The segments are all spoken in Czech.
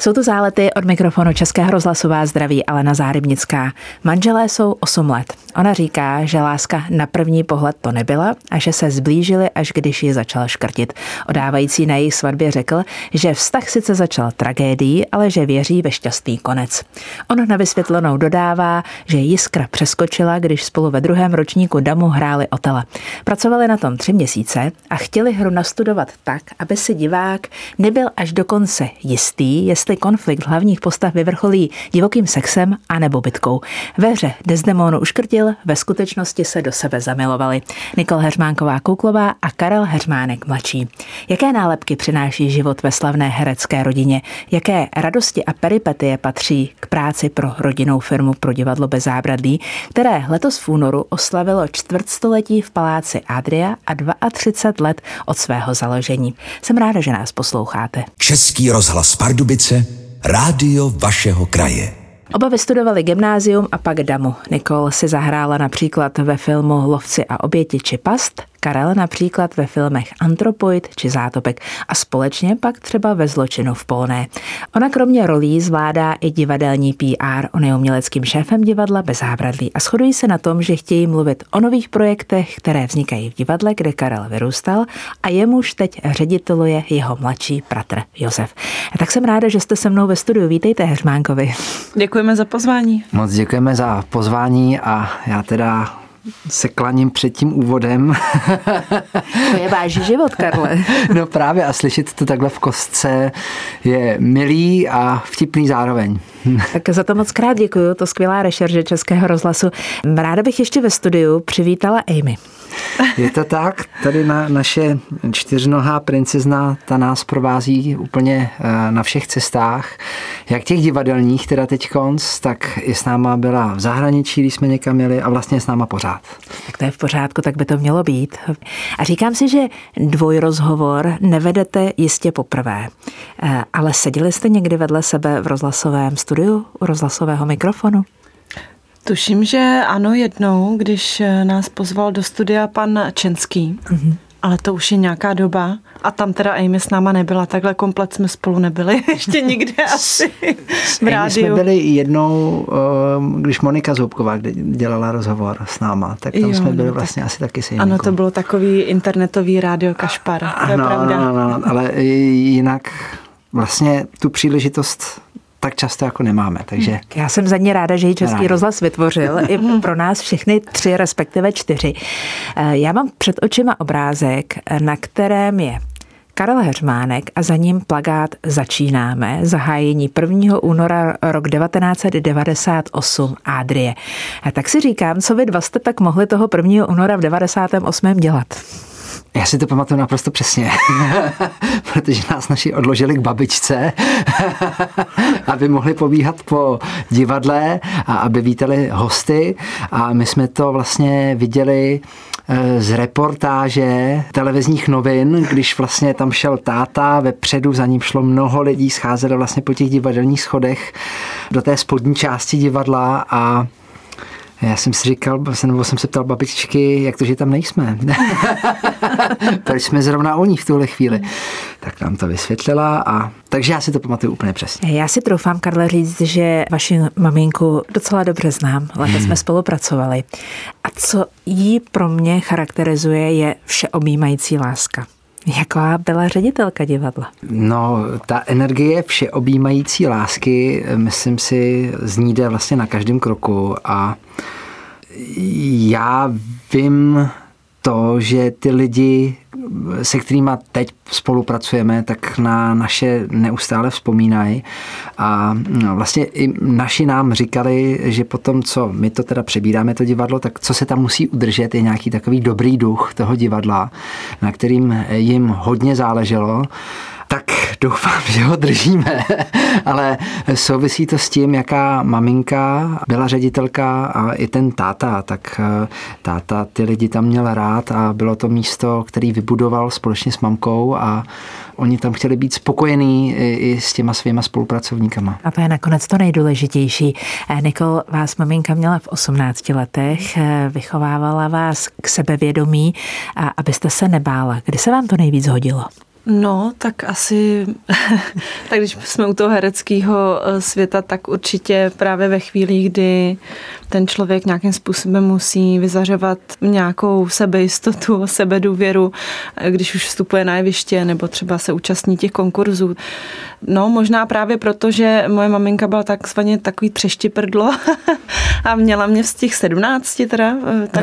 Jsou to Zálety, od mikrofonu Českého rozhlasu vás zdraví Alena Zárybnická. Manželé jsou 8 let. Ona říká, že láska na první pohled to nebyla a že se zblížili, až když ji začal škrtit. Odávající na jejich svatbě řekl, že vztah sice začal tragédií, ale že věří ve šťastný konec. On na vysvětlenou dodává, že jiskra přeskočila, když spolu ve 2. ročníku DAMu hráli Otela. Pracovali na tom 3 měsíce a chtěli hru nastudovat tak, aby si divák nebyl až do konce jistý, jestli konflikt hlavních postav vyvrcholí divokým sexem anebo bitkou. Ve hře Desdemonu uškrtil, ve skutečnosti se do sebe zamilovali. Nicole Heřmánková-Kouklová a Karel Heřmánek mladší. Jaké nálepky přináší život ve slavné herecké rodině? Jaké radosti a peripetie patří k práci pro rodinnou firmu Pro divadlo bez zábradlí, které letos v únoru oslavilo čtvrtstoletí v paláci Adria a 32 let od svého založení. Jsem ráda, že nás posloucháte. Český rozhlas Pardubice, rádio vašeho kraje. Oba vystudovali gymnázium a pak DAMu. Nicole si zahrála například ve filmu Lovci a oběti či Past, Karel například ve filmech Antropoid či Zátopek a společně pak třeba ve Zločinu v Polné. Ona kromě rolí zvládá i divadelní PR. On je uměleckým šéfem divadla bez zábradlí a shodují se na tom, že chtějí mluvit o nových projektech, které vznikají v divadle, kde Karel vyrůstal a jemuž teď řediteluje jeho mladší bratr Josef. Tak jsem ráda, že jste se mnou ve studiu. Vítejte, Heřmánkovi. Děkujeme za pozvání. Moc děkujeme za pozvání a já teda se klaním před tím úvodem. To je váš život, Karle. No právě a slyšet to takhle v kostce je milý a vtipný zároveň. Tak za to moc krát děkuju, to skvělá rešerže Českého rozhlasu. Ráda bych ještě ve studiu přivítala Amy. Je to tak, tady naše 4nohá princezna, ta nás provází úplně na všech cestách, jak těch divadelních teda teď konc, tak i s náma byla v zahraničí, když jsme někam jeli a vlastně s náma pořád. Tak to je v pořádku, tak by to mělo být. A říkám si, že dvojrozhovor nevedete jistě poprvé, ale seděli jste někdy vedle sebe v rozhlasovém studiu, u rozhlasového mikrofonu? Tuším, že ano, jednou, když nás pozval do studia pan Čenský, ale to už je nějaká doba a tam teda Amy s náma nebyla, takhle komplet jsme spolu nebyli ještě nikde asi v rádiu. Jsme byli jednou, když Monika Zoubková dělala rozhovor s náma, tak tam jsme byli vlastně asi taky s Amy. Ano, to bylo takový internetový rádio Kašpar, to je pravda. No, ale jinak vlastně tu příležitost tak často jako nemáme, takže... Já jsem za ně ráda, že ji Český rozhlas vytvořil, i pro nás všechny 3, respektive 4. Já mám před očima obrázek, na kterém je Karel Heřmánek a za ním plakát Začínáme, zahájení 1. února rok 1998 Adrie. A tak si říkám, co vy dva jste tak mohli toho 1. února v 98. dělat? Já si to pamatuju naprosto přesně, protože nás naši odložili k babičce, aby mohli pobíhat po divadle a aby vítali hosty a my jsme to vlastně viděli z reportáže televizních novin, když vlastně tam šel táta, vepředu za ním šlo mnoho lidí, scházeli vlastně po těch divadelních schodech do té spodní části divadla a já jsem si říkal, nebo jsem se ptal babičky, jak to, že tam nejsme. Proč jsme zrovna oni v tuhle chvíli. Tak nám to vysvětlila a takže já si to pamatuju úplně přesně. Já si troufám, Karle, říct, že vaši maminku docela dobře znám. Leta jsme spolupracovali. A co jí pro mě charakterizuje, je všeobjímající láska. Jaká byla ředitelka divadla? No, ta energie všeobjímající lásky, myslím si, z ní jde vlastně na každém kroku a já vím to, že ty lidi, se kterými teď spolupracujeme, tak na naše neustále vzpomínají a vlastně i naši nám říkali, že potom, co my to teda přebíráme to divadlo, tak co se tam musí udržet, je nějaký takový dobrý duch toho divadla, na kterým jim hodně záleželo. Tak doufám, že ho držíme, ale souvisí to s tím, jaká maminka byla ředitelka a i ten táta, tak táta ty lidi tam měl rád a bylo to místo, který vybudoval společně s mamkou a oni tam chtěli být spokojení i s těma svýma spolupracovníkama. A to je nakonec to nejdůležitější. Nicole, vás maminka měla v 18 letech, vychovávala vás k sebevědomí, a abyste se nebála. Kdy se vám to nejvíc hodilo? No, tak asi, tak když jsme u toho hereckého světa, tak určitě právě ve chvíli, kdy ten člověk nějakým způsobem musí vyzařovat nějakou sebejistotu, sebedůvěru, když už vstupuje na jeviště nebo třeba se účastní těch konkurzů. No, možná právě proto, že moje maminka byla takzvaně takový třeštiprdlo a měla mě v těch 17 teda,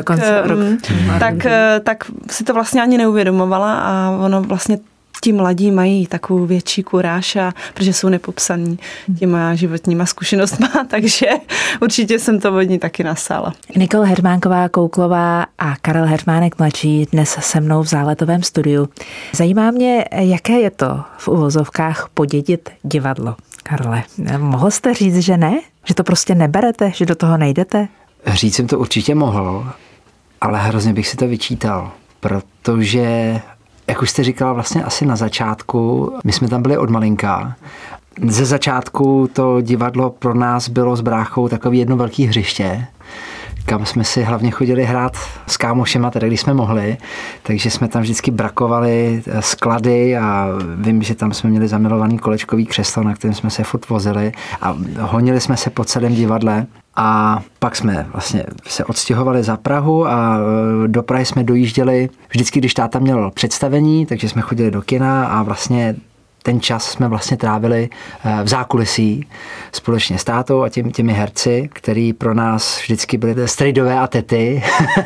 tak si to vlastně ani neuvědomovala a ono vlastně ti mladí mají takovou větší kuráž, protože jsou nepopsaní těma životníma zkušenostma, takže určitě jsem to od ní taky nasála. Nikol Hermánková-Kouklová a Karel Hermánek mladší dnes se mnou v Záletovém studiu. Zajímá mě, jaké je to v uvozovkách podědit divadlo. Karle, mohl jste říct, že ne? Že to prostě neberete? Že do toho nejdete? Říct jsem to určitě mohl, ale hrozně bych si to vyčítal, protože jak už jste říkala vlastně asi na začátku, my jsme tam byli od malinka. Ze začátku to divadlo pro nás bylo s bráchou takový jedno velké hřiště, kam jsme si hlavně chodili hrát s kámošema, teda když jsme mohli, takže jsme tam vždycky brakovali sklady a vím, že tam jsme měli zamilovaný kolečkový křeslo, na kterém jsme se furt vozili a honili jsme se po celém divadle. A pak jsme vlastně se odstěhovali za Prahu a do Prahy jsme dojížděli vždycky, když táta měl představení, takže jsme chodili do kina a vlastně ten čas jsme vlastně trávili v zákulisí společně s tátou a těmi herci, který pro nás vždycky byli strejdové a tety.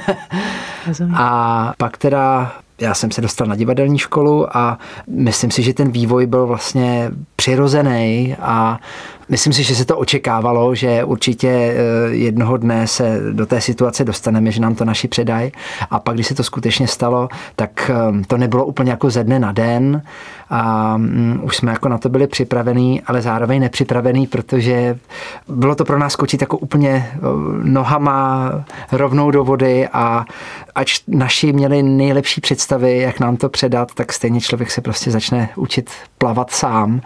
A pak teda já jsem se dostal na divadelní školu a myslím si, že ten vývoj byl vlastně přirozený a myslím si, že se to očekávalo, že určitě jednoho dne se do té situace dostaneme, že nám to naši předají. A pak, když se to skutečně stalo, tak to nebylo úplně jako ze dne na den a už jsme jako na to byli připravení, ale zároveň nepřipravení, protože bylo to pro nás skočit jako úplně nohama rovnou do vody a ač naši měli nejlepší představy, jak nám to předat, tak stejně člověk se prostě začne učit plavat sám.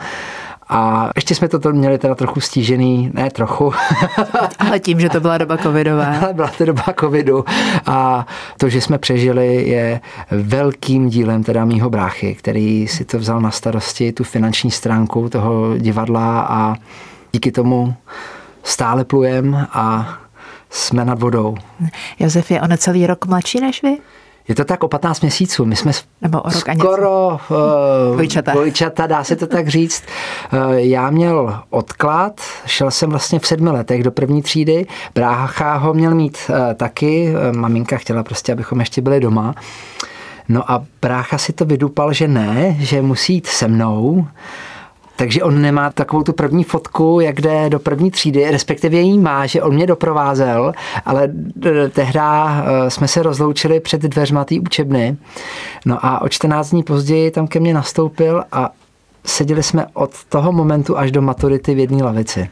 A ještě jsme to měli teda trochu stížený, ne trochu. Ale tím, že to byla doba covidová. Ale byla to doba covidu a to, že jsme přežili, je velkým dílem teda mýho bráchy, který si to vzal na starosti, tu finanční stránku toho divadla a díky tomu stále plujem a jsme nad vodou. Josef je o necelý rok mladší než vy? Je to tak o 15 měsíců. My jsme nebo o rok skoro dvojčata, dá se to tak říct. Já měl odklad, šel jsem vlastně v 7 letech do 1. třídy. Brácha ho měl mít taky. Maminka chtěla prostě, abychom ještě byli doma. No a brácha si to vydupal, že ne, že musí jít se mnou. Takže on nemá takovou tu první fotku, jak jde do 1. třídy, respektive jí má, že on mě doprovázel, ale tehda jsme se rozloučili před dveřma té učebny. No a o 14 dní později tam ke mně nastoupil a seděli jsme od toho momentu až do maturity v jedné lavici.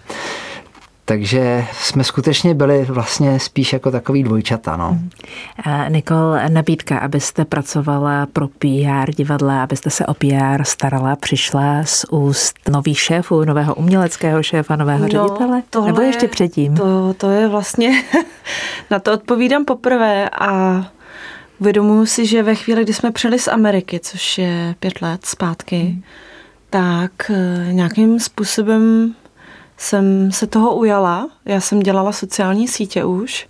Takže jsme skutečně byli vlastně spíš jako takový dvojčata. No. Nikol, nabídka, abyste pracovala pro PR divadla, abyste se o PR starala, přišla z úst nových šéfů, nového uměleckého šéfa, nového ředitele? Nebo ještě předtím? To je vlastně, na to odpovídám poprvé a uvědomuji si, že ve chvíli, kdy jsme přijeli z Ameriky, což je 5 let zpátky, tak nějakým způsobem jsem se toho ujala. Já jsem dělala sociální sítě už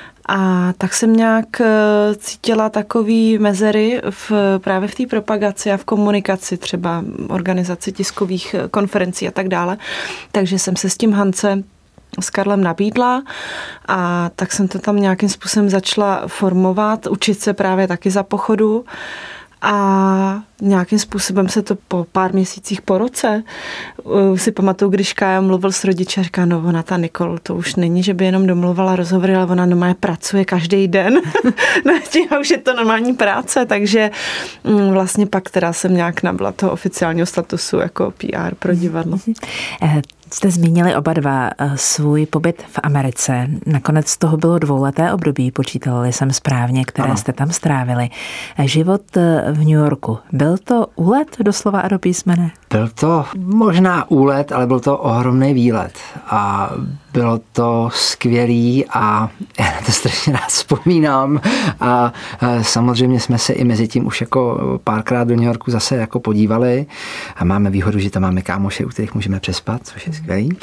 a tak jsem nějak cítila takový mezery právě v té propagaci a v komunikaci, třeba organizaci tiskových konferencí a tak dále. Takže jsem se s tím Hance s Karlem nabídla a tak jsem to tam nějakým způsobem začala formovat, učit se právě taky za pochodu. A nějakým způsobem se to po pár měsících po roce si pamatuju, když Kája mluvil s rodiči a říká, no ona ta Nikol, to už není, že by jenom domluvala rozhovory, ale ona normálně pracuje každý den. No a už je to normální práce, takže vlastně pak teda jsem nějak nabyla toho oficiálního statusu jako PR pro divadlo. Jste zmínili oba dva svůj pobyt v Americe. Nakonec toho bylo 2leté období, počítala jsem správně, které jste tam strávili. Život v New Yorku. Byl to úlet doslova a do písmene? Byl to možná úlet, ale byl to ohromný výlet. A bylo to skvělý a já na to strašně rád vzpomínám. A samozřejmě jsme se i mezi tím už jako párkrát do New Yorku zase jako podívali. A máme výhodu, že tam máme kámoše, u kterých můžeme přespat, což je skvělý.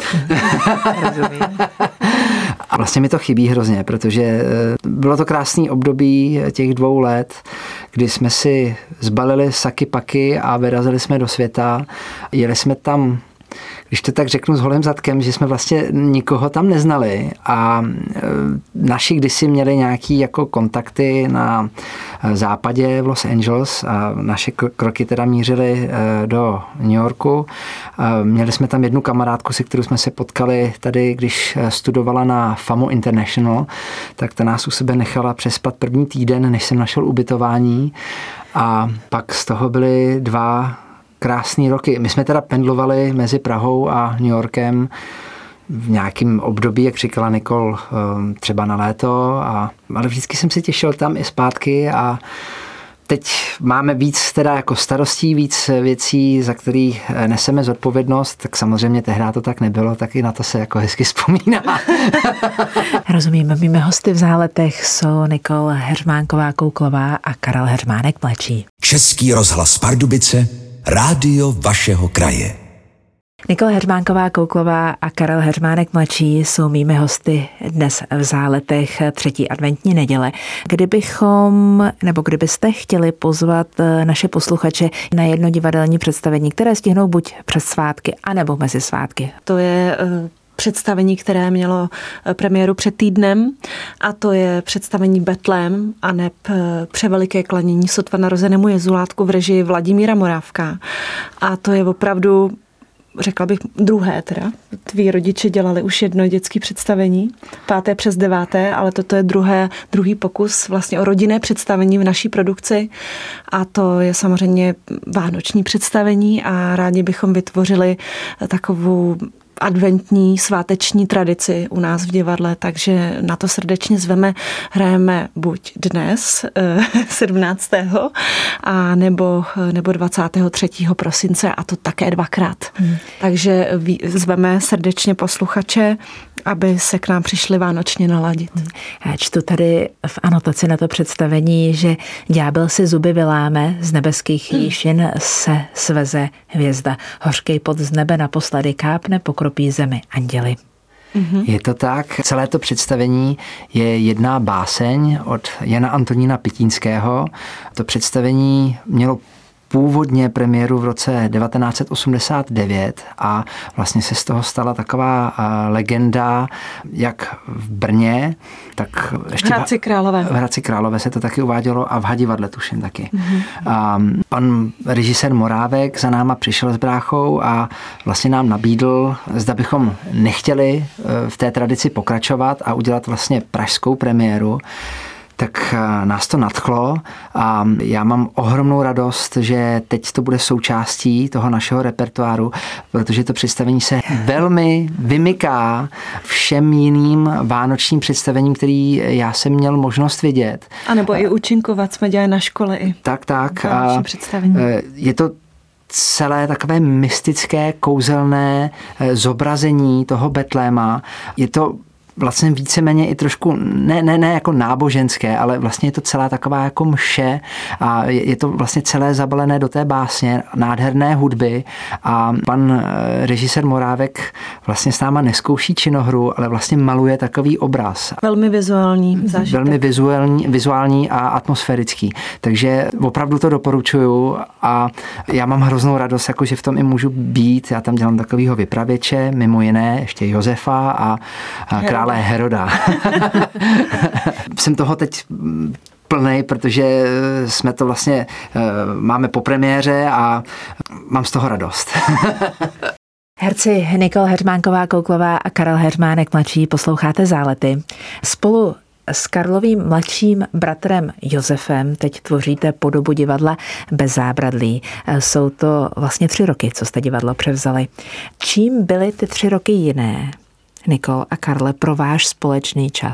A vlastně mi to chybí hrozně, protože bylo to krásný období těch 2 let, kdy jsme si zbalili saky paky a vyrazili jsme do světa. Jeli jsme tam, když to tak řeknu s holým zadkem, že jsme vlastně nikoho tam neznali a naši kdysi měli nějaký jako kontakty na západě v Los Angeles a naše kroky teda mířily do New Yorku. Měli jsme tam jednu kamarádku, se kterou jsme se potkali tady, když studovala na FAMU International, tak ta nás u sebe nechala přespat první týden, než jsem našel ubytování a pak z toho byly 2 krásný roky. My jsme teda pendlovali mezi Prahou a New Yorkem v nějakém období, jak říkala Nicole, třeba na léto, ale vždycky jsem se těšil tam i zpátky a teď máme víc teda jako starostí, víc věcí, za který neseme zodpovědnost, tak samozřejmě tehdy to tak nebylo, tak i na to se jako hezky vzpomíná. Rozumím, mými hosty v Záletech jsou Nicole Heřmánková-Kouklová a Karel Heřmánek mladší. Český rozhlas Pardubice, rádio vašeho kraje. Nicole Heřmánková-Kouklová a Karel Heřmánek mladší jsou mými hosty dnes v Záletech 3. adventní neděle. Kdybyste chtěli pozvat naše posluchače na jedno divadelní představení, které stihnou buď přes svátky, anebo mezi svátky. To je představení, které mělo premiéru před týdnem a to je představení Betlém a neb Převeliké klanění sotva narozenému Jezulátku v režii Vladimíra Morávka. A to je opravdu, řekla bych, druhé teda. Tví rodiče dělali už jedno dětské představení, 5. přes 9., ale toto je druhý pokus vlastně o rodinné představení v naší produkci a to je samozřejmě vánoční představení a rádi bychom vytvořili takovou adventní sváteční tradici u nás v divadle, takže na to srdečně zveme. Hrajeme buď dnes, 17. a nebo 23. prosince a to také 2krát. Takže zveme srdečně posluchače, aby se k nám přišli vánočně naladit. Já čtu tady v anotaci na to představení, že ďábel si zuby vyláme, z nebeských výšin se sveze hvězda. Hořkej pod z nebe naposledy kápne, pokropí zemi anděli. Je to tak. Celé to představení je jedna báseň od Jana Antonína Pitínského. To představení mělo původně premiéru v roce 1989 a vlastně se z toho stala taková legenda, jak v Brně, tak ještě v Hradci Králové se to taky uvádělo a v Hadivadle tuším taky. A pan režisér Morávek za náma přišel s bráchou a vlastně nám nabídl, zda bychom nechtěli v té tradici pokračovat a udělat vlastně pražskou premiéru. Tak nás to nadchlo a já mám ohromnou radost, že teď to bude součástí toho našeho repertoáru, protože to představení se velmi vymyká všem jiným vánočním představením, který já jsem měl možnost vidět. A nebo i účinkovat jsme dělali na škole i. Tak. Je to celé takové mystické, kouzelné zobrazení toho Betléma. Je to vlastně víceméně i trošku, ne jako náboženské, ale vlastně je to celá taková jako mše a je to vlastně celé zabalené do té básně, nádherné hudby a pan režisér Morávek vlastně s náma neskouší činohru, ale vlastně maluje takový obraz. Velmi vizuální zážitek. Velmi vizuální a atmosférický. Takže opravdu to doporučuju a já mám hroznou radost, jako že v tom i můžu být. Já tam dělám takovýho vypravěče, mimo jiné ještě Josefa a krále Heroda. Jsem toho teď plnej, protože jsme to vlastně máme po premiéře a mám z toho radost. Herci Nicole Heřmánková-Kouklová a Karel Heřmánek mladší posloucháte Zálety. Spolu s Karlovým mladším bratrem Josefem teď tvoříte podobu divadla Bez zábradlí. Jsou to vlastně 3 roky, co jste divadlo převzali. Čím byly ty 3 roky jiné, Nicole a Karle, pro váš společný čas?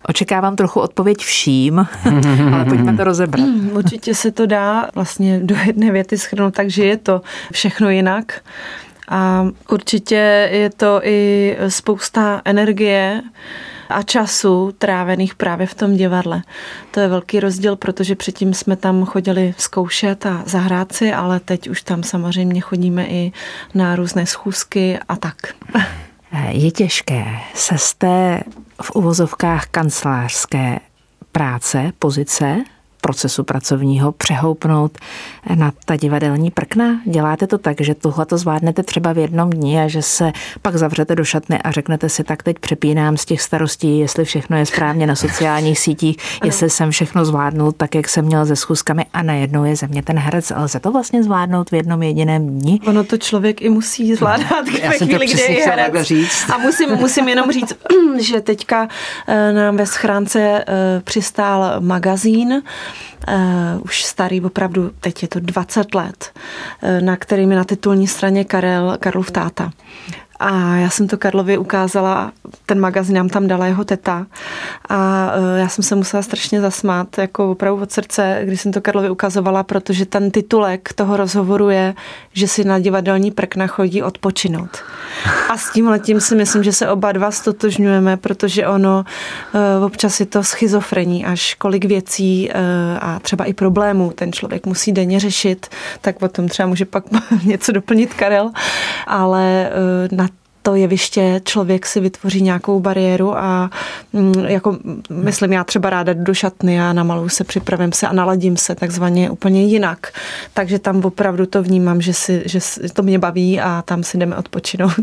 Očekávám trochu odpověď vším, ale pojďme to rozebrat. Určitě se to dá vlastně do jedné věty shrnout, takže je to všechno jinak. A určitě je to i spousta energie a času trávených právě v tom divadle. To je velký rozdíl, protože předtím jsme tam chodili zkoušet a zahrát si, ale teď už tam samozřejmě chodíme i na různé schůzky a tak. Je těžké se z té v uvozovkách kancelářské práce, pozice, procesu pracovního přehoupnout na ta divadelní prkna? Děláte to tak, že tohle to zvládnete třeba v jednom dni a že se pak zavřete do šatny a řeknete si, tak teď přepínám z těch starostí, jestli všechno je správně na sociálních sítích, jestli jsem všechno zvládnul tak, jak jsem měl se schůzkami a najednou je ze mě ten herec. Lze to vlastně zvládnout v jednom jediném dni? Ono to člověk i musí zvládat ve chvíli, kdy je herec. A musím jenom říct, že teďka nám ve schránce přistál magazín, už starý opravdu, teď je to 20 let, na kterým je na titulní straně Karlův táta. A já jsem to Karlovi ukázala, ten magazín nám tam dala jeho teta a já jsem se musela strašně zasmát, jako opravdu od srdce, když jsem to Karlovi ukazovala, protože ten titulek toho rozhovoru je, že si na divadelní prkna chodí odpočinout. A s tímhletím si myslím, že se oba dva stotožňujeme, protože ono občas je to schizofrení, až kolik věcí a třeba i problémů ten člověk musí denně řešit, tak o tom třeba může pak něco doplnit Karel, ale na to jeviště člověk si vytvoří nějakou bariéru a jako myslím, já třeba ráda jdu do šatny a namaluju se, připravím se a naladím se takzvaně úplně jinak. Takže tam opravdu to vnímám, že to mě baví a tam si jdeme odpočinout.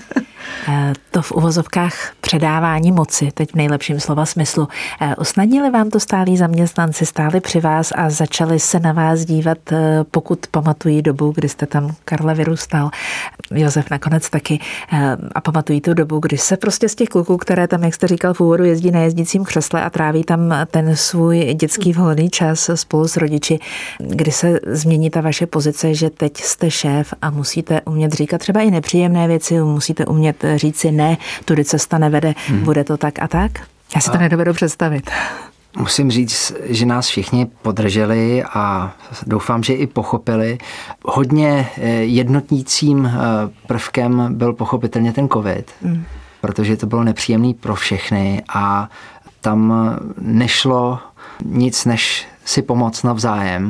To v uvozovkách předávání moci, teď v nejlepším slova smyslu. Usnadnili vám to stálí zaměstnanci, stáli při vás a začali se na vás dívat, pokud pamatují dobu, kdy jste tam, Karle, vyrůstal, Josef nakonec taky, a pamatují tu dobu, kdy se prostě z těch kluků, které tam, jak jste říkal v úvodu, jezdí na jezdícím křesle a tráví tam ten svůj dětský volný čas spolu s rodiči, kdy se změní ta vaše pozice, že teď jste šéf a musíte umět říkat třeba i nepříjemné věci, musíte umět říct si ne, tudy cesta nevede, bude to tak a tak? Já si to nedovedu představit. Musím říct, že nás všichni podrželi a doufám, že i pochopili. Hodně jednotnícím prvkem byl pochopitelně ten covid, protože to bylo nepříjemný pro všechny a tam nešlo nic, než si pomoct navzájem.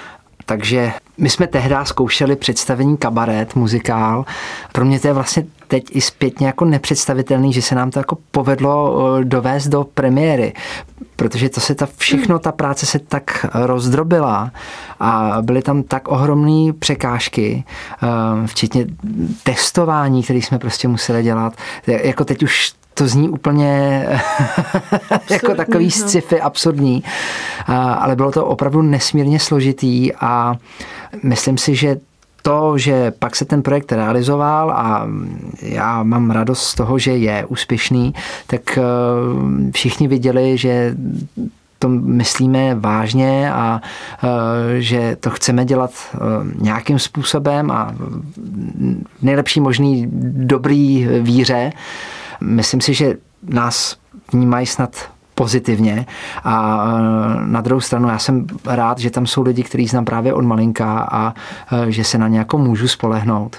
Takže my jsme tehdy zkoušeli představení Kabaret, muzikál. Pro mě to je vlastně teď i zpětně jako nepředstavitelný, že se nám to jako povedlo dovést do premiéry, protože to se všechno ta práce se tak rozdrobila a byly tam tak ohromné překážky, včetně testování, které jsme prostě museli dělat. Jako teď už to zní úplně jako takový sci-fi absurdní, ale bylo to opravdu nesmírně složitý a myslím si, že to, že pak se ten projekt realizoval a já mám radost z toho, že je úspěšný, tak všichni viděli, že to myslíme vážně a že to chceme dělat nějakým způsobem a v nejlepší možný dobrý víře. Myslím si, že nás vnímají snad pozitivně a na druhou stranu já jsem rád, že tam jsou lidi, kteří znám právě od malinka a že se na ně jako můžu spolehnout.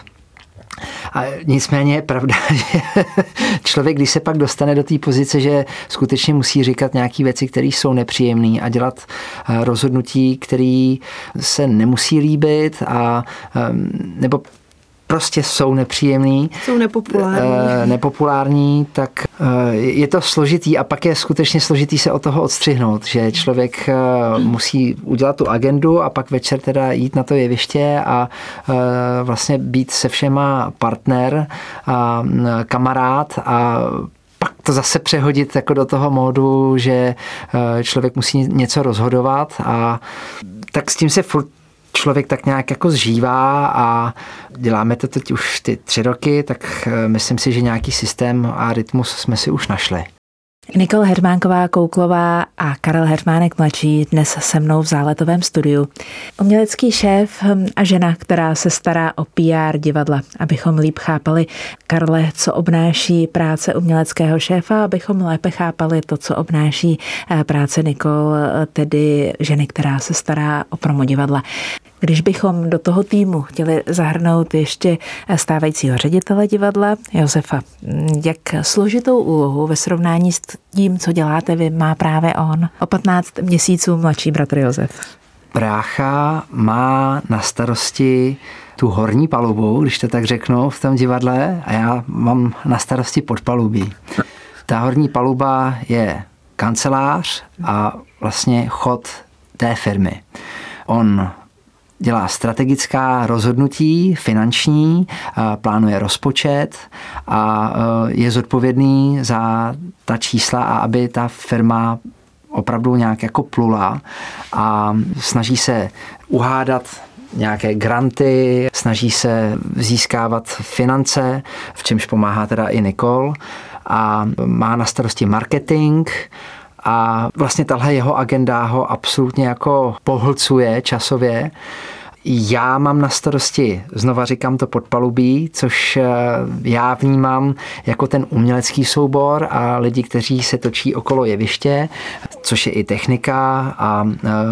A nicméně je pravda, že člověk, když se pak dostane do té pozice, že skutečně musí říkat nějaké věci, které jsou nepříjemné a dělat rozhodnutí, které se nemusí líbit a nebo prostě jsou nepříjemný. Jsou nepopulární, tak je to složitý a pak je skutečně složitý se od toho odstřihnout, že člověk musí udělat tu agendu a pak večer teda jít na to jeviště a vlastně být se všema partner a kamarád a pak to zase přehodit jako do toho módu, že člověk musí něco rozhodovat a tak s tím se furt člověk tak nějak jako zžívá a děláme to teď už ty 3 roky, tak myslím si, že nějaký systém a rytmus jsme si už našli. Nikol Heřmánková-Kouklová a Karel Heřmánek mladší dnes se mnou v Záletovém studiu. Umělecký šéf a žena, která se stará o PR divadla, abychom líp chápali, Karle, co obnáší práce uměleckého šéfa, abychom lépe chápali to, co obnáší práce Nikol, tedy ženy, která se stará o promo divadla. Když bychom do toho týmu chtěli zahrnout ještě stávajícího ředitele divadla, Josefa, jak složitou úlohu ve srovnání s tím, co děláte vy, má právě on, o 15 měsíců mladší bratr Josef? Brácha má na starosti tu horní palubu, když to tak řeknu, v tom divadle, a já mám na starosti podpalubí. Ta horní paluba je kancelář a vlastně chod té firmy. On dělá strategická rozhodnutí, finanční, plánuje rozpočet a je zodpovědný za ta čísla a aby ta firma opravdu nějak jako plula a snaží se uhádat nějaké granty, snaží se získávat finance, v čemž pomáhá teda i Nikol, a má na starosti marketing. A vlastně tahle jeho agenda ho absolutně jako pohlcuje časově. Já mám na starosti, znova říkám, to podpalubí, což já vnímám jako ten umělecký soubor a lidi, kteří se točí okolo jeviště, což je i technika, a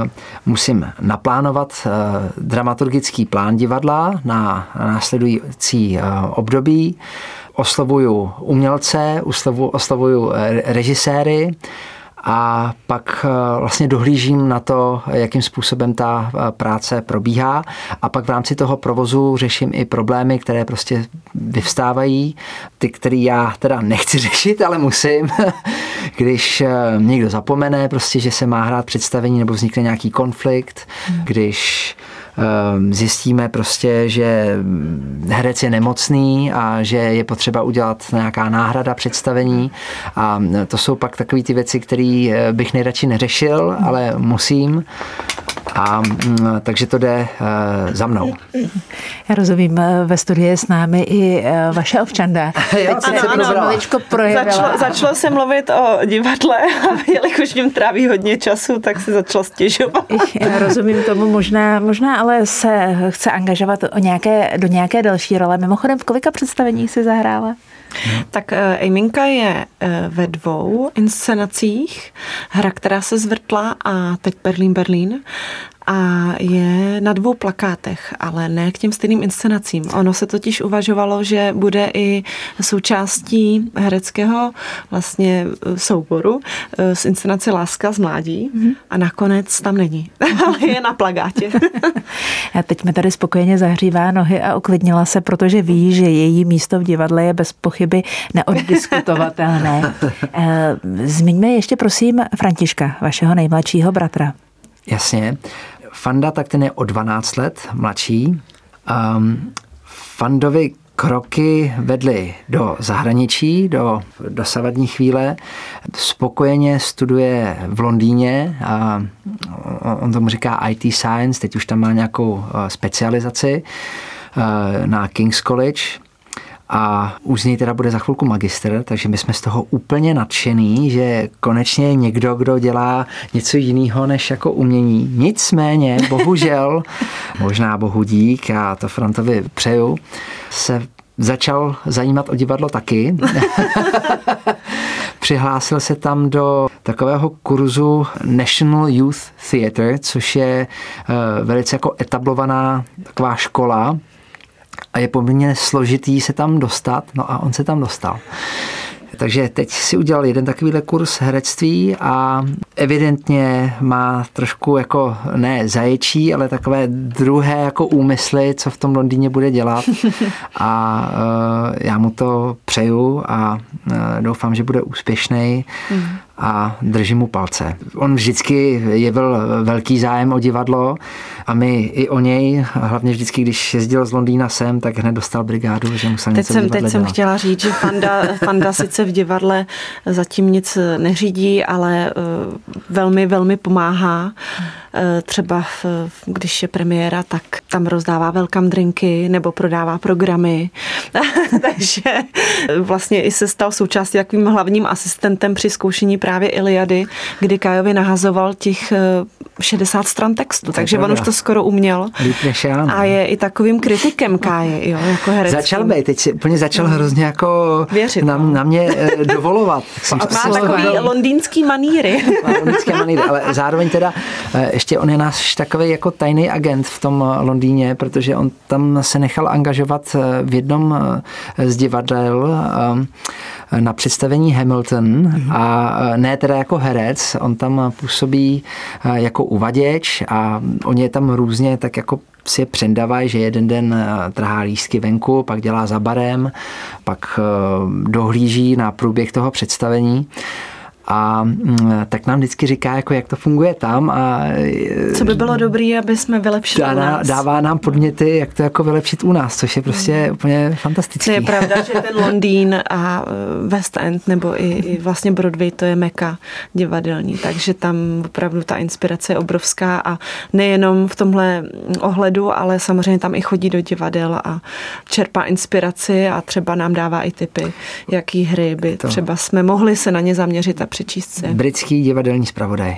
musím naplánovat dramaturgický plán divadla na následující období. Oslovuju umělce, oslovuju režiséry, a pak vlastně dohlížím na to, jakým způsobem ta práce probíhá, a pak v rámci toho provozu řeším i problémy, které prostě vyvstávají, ty, které já teda nechci řešit, ale musím. Když někdo zapomene prostě, že se má hrát představení, nebo vznikne nějaký konflikt, když zjistíme prostě, že herec je nemocný a že je potřeba udělat nějaká náhrada představení, a to jsou pak takové ty věci, které bych nejradši neřešil, ale musím. A takže to jde za mnou. Já rozumím, ve studiu je s námi i vaše Ovčanda. Začalo se mluvit o divadle a jelikož v něm tráví hodně času, tak se začalo stěžovat. Já rozumím tomu, možná ale se chce angažovat do nějaké další role. Mimochodem, v kolika představeních si zahrála? Tak Ejminka je ve 2 inscenacích, hra, která se zvrtla, a teď Berlín. A je na 2 plakátech, ale ne k těm stejným inscenacím. Ono se totiž uvažovalo, že bude i součástí hereckého vlastně souboru z inscenace Láska z mládí, a nakonec tam není, ale je na plakátě. A teď mi tady spokojeně zahřívá nohy a uklidnila se, protože ví, že její místo v divadle je bez pochyby neoddiskutovatelné. Zmiňme ještě prosím Františka, vašeho nejmladšího bratra. Jasně. Fanda, tak ten je o 12 let mladší. Fandovi kroky vedly do zahraničí, do dosavadní chvíle. Spokojeně studuje v Londýně. On tomu říká IT Science, teď už tam má nějakou specializaci na King's College. A už z něj teda bude za chvilku magister, takže my jsme z toho úplně nadšený, že konečně je někdo, kdo dělá něco jiného než jako umění. Nicméně, bohužel, možná bohu dík, já to Frantovi přeju, se začal zajímat o divadlo taky. Přihlásil se tam do takového kurzu National Youth Theatre, což je velice jako etablovaná taková škola, a je poměrně složitý se tam dostat, no a on se tam dostal. Takže teď si udělal jeden takovýhle kurz herectví a evidentně má trošku jako ne zaječí, ale takové druhé jako úmysly, co v tom Londýně bude dělat. A já mu to přeju a doufám, že bude úspěšný a držím mu palce. On vždycky jevil velký zájem o divadlo a my i o něj, hlavně vždycky, když jezdil z Londýna sem, tak hned dostal brigádu, že musel něco v divadle dělat. Teď jsem chtěla říct, že Fanda sice v divadle zatím nic neřídí, ale velmi, velmi pomáhá. třeba když je premiéra, tak tam rozdává welcome drinky nebo prodává programy. Takže vlastně i se stal součástí takovým hlavním asistentem při zkoušení právě Iliady, kdy Kájovi nahazoval těch 60 stran textu, takže on už to skoro uměl. A je i takovým kritikem Káje, jo, jako hereckým. Začal být, teď si úplně začal hrozně jako věřit, na mě dovolovat. Má takový londýnský maníry. Ale zároveň teda ještě on je náš takový jako tajný agent v tom Londýně, protože on tam se nechal angažovat v jednom z divadel na představení Hamilton a ne teda jako herec, on tam působí jako uvaděč a oni je tam různě tak jako si je přendavají, že jeden den trhá lístky venku, pak dělá za barem, pak dohlíží na průběh toho představení. A tak nám vždycky říká, jako jak to funguje tam. A co by bylo dobré, aby jsme vylepšili u nás. Dává nám podněty, jak to jako vylepšit u nás, což je prostě úplně fantastický. To je pravda, že ten Londýn a West End nebo i vlastně Broadway, to je meka divadelní, takže tam opravdu ta inspirace je obrovská a nejenom v tomhle ohledu, ale samozřejmě tam i chodí do divadel a čerpá inspiraci a třeba nám dává i tipy, jaký hry by třeba jsme mohli se na ně zaměřit a přečíst si. Britský divadelní zpravodaj.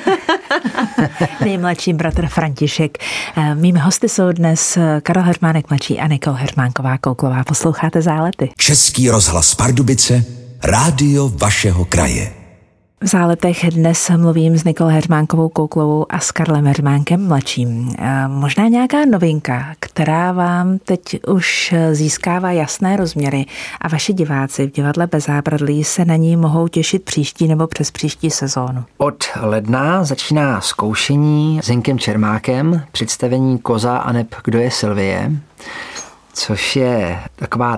Nejmladší bratr František. Mými hosty jsou dnes Karel Heřmánek mladší a Nikol Heřmánková Kouklová. Posloucháte Zálety. Český rozhlas Pardubice, rádio vašeho kraje. V Záletech dnes mluvím s Nikol Heřmánkovou Kouklovou a s Karlem Heřmánkem mladším. Možná nějaká novinka, která vám teď už získává jasné rozměry a vaši diváci v divadle Bez zábradlí se na ní mohou těšit příští nebo přes příští sezónu. Od ledna začíná zkoušení s Zdenkem Čermákem, představení Koza aneb Kdo je Sylvie, což je taková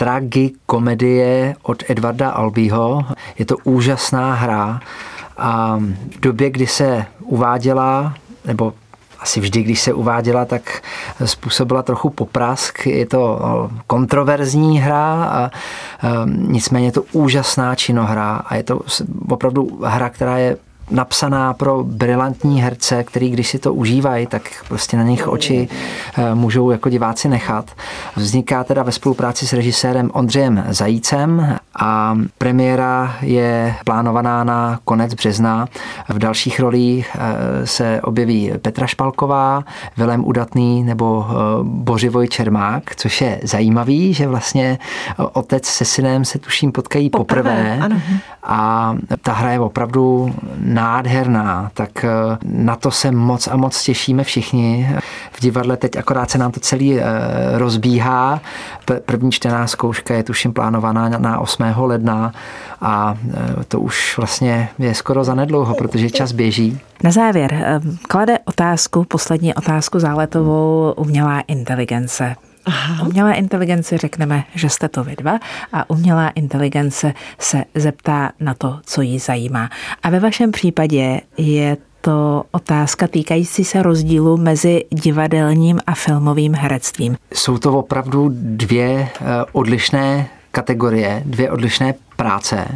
tragikomedie od Edvarda Albího. Je to úžasná hra a v době, kdy se uváděla, nebo asi vždy, když se uváděla, tak způsobila trochu poprask. Je to kontroverzní hra a nicméně je to úžasná činohra a je to opravdu hra, která je napsaná pro brilantní herce, který když si to užívají, tak prostě na nich oči můžou jako diváci nechat. Vzniká teda ve spolupráci s režisérem Ondřejem Zajícem a premiéra je plánovaná na konec března. V dalších rolích se objeví Petra Špalková, Vilém Udatný nebo Bořivoj Čermák, což je zajímavý, že vlastně otec se synem se tuším potkají poprvé. Ano. A ta hra je opravdu nádherná, tak na to se moc a moc těšíme všichni. V divadle teď akorát se nám to celý rozbíhá. První čtená zkouška je tuším plánovaná na 8. ledna a to už vlastně je skoro zanedlouho, protože čas běží. Na závěr klade poslední otázku záletovou umělá inteligence. Aha. Umělé inteligenci řekneme, že jste to vy dva a umělá inteligence se zeptá na to, co jí zajímá. A ve vašem případě je to otázka týkající se rozdílu mezi divadelním a filmovým herectvím. Jsou to opravdu dvě odlišné kategorie, dvě odlišné práce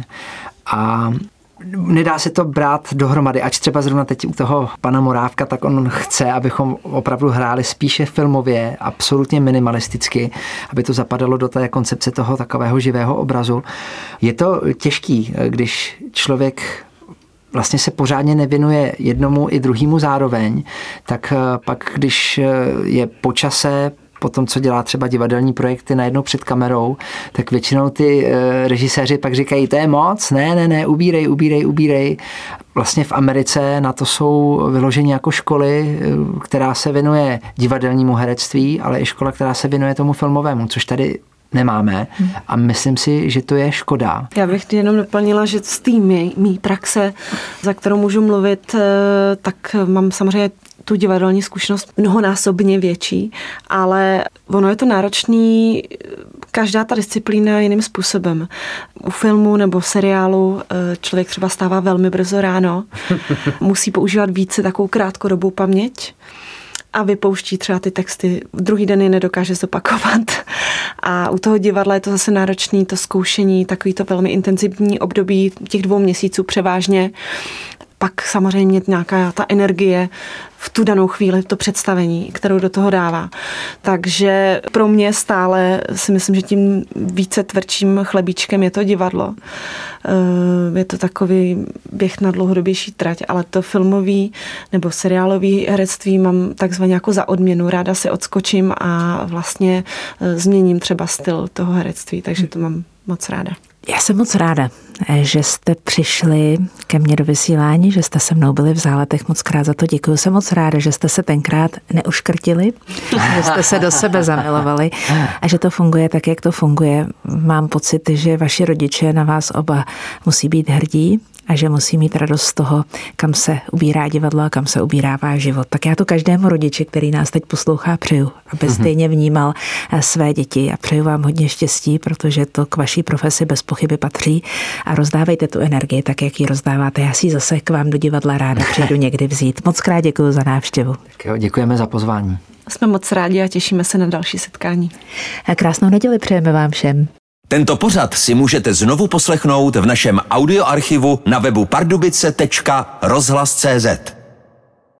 a nedá se to brát dohromady, ač třeba zrovna teď u toho pana Morávka, tak on chce, abychom opravdu hráli spíše filmově, absolutně minimalisticky, aby to zapadalo do té koncepce toho takového živého obrazu. Je to těžký, když člověk vlastně se pořádně nevěnuje jednomu i druhému zároveň, tak pak, když je po čase, po tom, co dělá třeba divadelní projekty najednou před kamerou, tak většinou ty režiséři pak říkají, to je moc, ne, ubírej. Vlastně v Americe na to jsou vyloženi jako školy, která se věnuje divadelnímu herectví, ale i škola, která se věnuje tomu filmovému, což tady nemáme a myslím si, že to je škoda. Já bych jenom doplnila, že z té mý praxe, za kterou můžu mluvit, tak mám samozřejmě tu divadelní zkušenost mnohonásobně větší, ale ono je to náročný, každá ta disciplína jiným způsobem. U filmu nebo seriálu člověk třeba stává velmi brzo ráno, musí používat více takovou krátkodobou paměť a vypouští třeba ty texty, druhý den je nedokáže zopakovat. A u toho divadla je to zase náročný, to zkoušení, takový to velmi intenzivní období těch 2 měsíců převážně. pak samozřejmě nějaká ta energie v tu danou chvíli, to představení, kterou do toho dává. Takže pro mě stále si myslím, že tím více tvrdším chlebíčkem je to divadlo. Je to takový běh na dlouhodobější trať, ale to filmový nebo seriálový herectví mám takzvaně jako za odměnu. Ráda si odskočím a vlastně změním třeba styl toho herectví, takže to mám moc ráda. Já jsem moc ráda, že jste přišli ke mně do vysílání, že jste se mnou byli v Záletech. Moc krát za to děkuju. Jsem moc ráda, že jste se tenkrát neuškrtili, že jste se do sebe zamilovali a že to funguje tak, jak to funguje. Mám pocit, že vaši rodiče na vás oba musí být hrdí a že musí mít radost z toho, kam se ubírá divadlo a kam se ubírá váš život. Tak já to každému rodiči, který nás teď poslouchá, přeju, aby stejně vnímal své děti a přeju vám hodně štěstí, protože to k vaší profesi bez pochyby patří a rozdávejte tu energii tak, jak ji rozdáváte. Já si ji zase k vám do divadla ráda přijdu někdy vzít. Moc krát děkuji za návštěvu. Tak jo, děkujeme za pozvání. Jsme moc rádi a těšíme se na další setkání. A krásnou neděli přejeme vám všem. Tento pořad si můžete znovu poslechnout v našem audioarchivu na webu pardubice.rozhlas.cz.